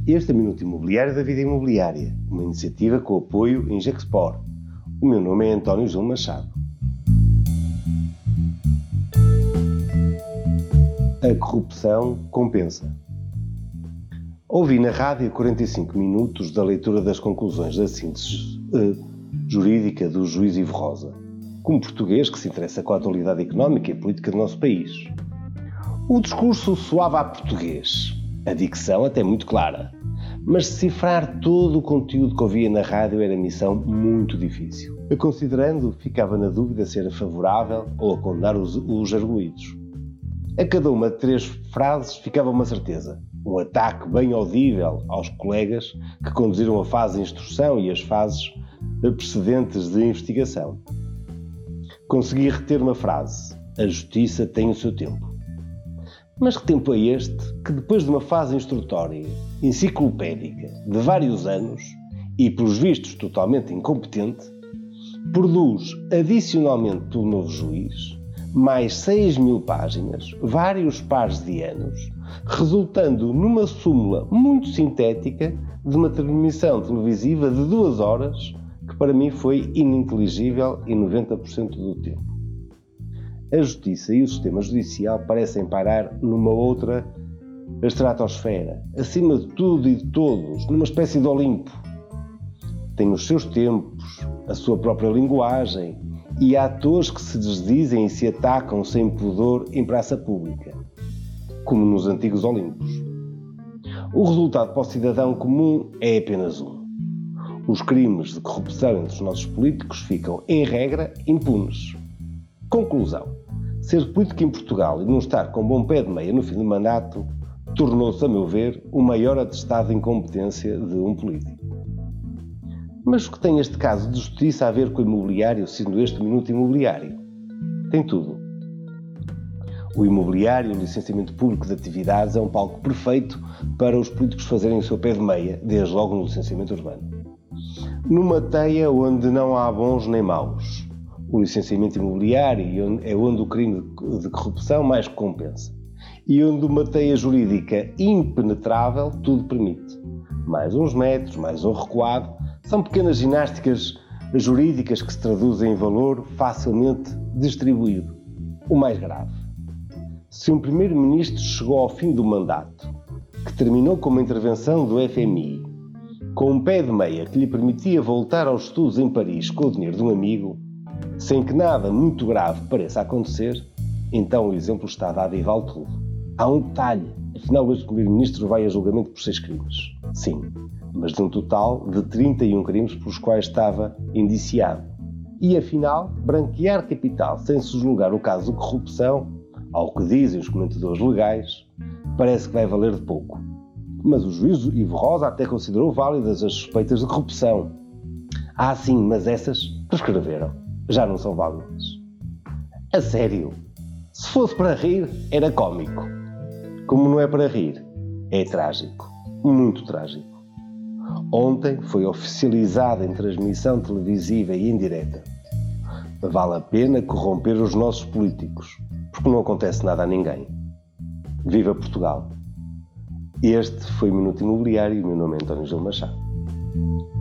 Este é o Minuto Imobiliário da Vida Imobiliária, uma iniciativa com apoio em Gexpor. O meu nome é António Gil Machado. A corrupção compensa. Ouvi na rádio 45 minutos da leitura das conclusões da síntese jurídica do juiz Ivo Rosa, como português que se interessa com a atualidade económica e política do nosso país. O discurso soava a português, a dicção até muito clara, mas decifrar todo o conteúdo que ouvia na rádio era missão muito difícil. Eu, considerando, ficava na dúvida se era favorável ou a condenar os arguídos. A cada uma de 3 frases ficava uma certeza, um ataque bem audível aos colegas que conduziram a fase de instrução e as fases precedentes de investigação. Consegui reter uma frase: a justiça tem o seu tempo. Mas que tempo é este que, depois de uma fase instrutória, enciclopédica, de vários anos, e pelos vistos totalmente incompetente, produz adicionalmente pelo novo juiz mais 6.000 páginas, vários pares de anos, resultando numa súmula muito sintética de uma transmissão televisiva de 2 horas, que para mim foi ininteligível em 90% do tempo. A justiça e o sistema judicial parecem pairar numa outra estratosfera, acima de tudo e de todos, numa espécie de Olimpo. Tem os seus tempos, a sua própria linguagem e há atores que se desdizem e se atacam sem pudor em praça pública, como nos antigos Olimpos. O resultado para o cidadão comum é apenas um. Os crimes de corrupção entre os nossos políticos ficam, em regra, impunes. Conclusão: ser político em Portugal e não estar com bom pé de meia no fim do mandato tornou-se, a meu ver, o maior atestado de incompetência de um político. Mas o que tem este caso de justiça a ver com o imobiliário, sendo este o Minuto Imobiliário? Tem tudo. O imobiliário, o licenciamento público de atividades, é um palco perfeito para os políticos fazerem o seu pé de meia, desde logo no licenciamento urbano. Numa teia onde não há bons nem maus, o licenciamento imobiliário é onde o crime de corrupção mais compensa e onde uma teia jurídica impenetrável tudo permite. Mais uns metros, mais um recuado, são pequenas ginásticas jurídicas que se traduzem em valor facilmente distribuído. O mais grave: se um primeiro-ministro chegou ao fim do mandato, que terminou com uma intervenção do FMI, com um pé de meia que lhe permitia voltar aos estudos em Paris com o dinheiro de um amigo, sem que nada muito grave pareça acontecer, então o exemplo está dado e vale tudo. Há um detalhe: afinal este primeiro-ministro vai a julgamento por 6 crimes. Sim, mas de um total de 31 crimes pelos quais estava indiciado. E afinal, branquear capital sem se julgar o caso de corrupção, ao que dizem os comentadores legais, parece que vai valer de pouco. Mas o juiz Ivo Rosa até considerou válidas as suspeitas de corrupção. Ah, sim, mas essas prescreveram. Já não são válidas. A sério, se fosse para rir, era cómico. Como não é para rir, é trágico. Muito trágico. Ontem foi oficializada em transmissão televisiva e indireta. Vale a pena corromper os nossos políticos, porque não acontece nada a ninguém. Viva Portugal! Este foi o Minuto Imobiliário e o meu nome é António Gil Machado.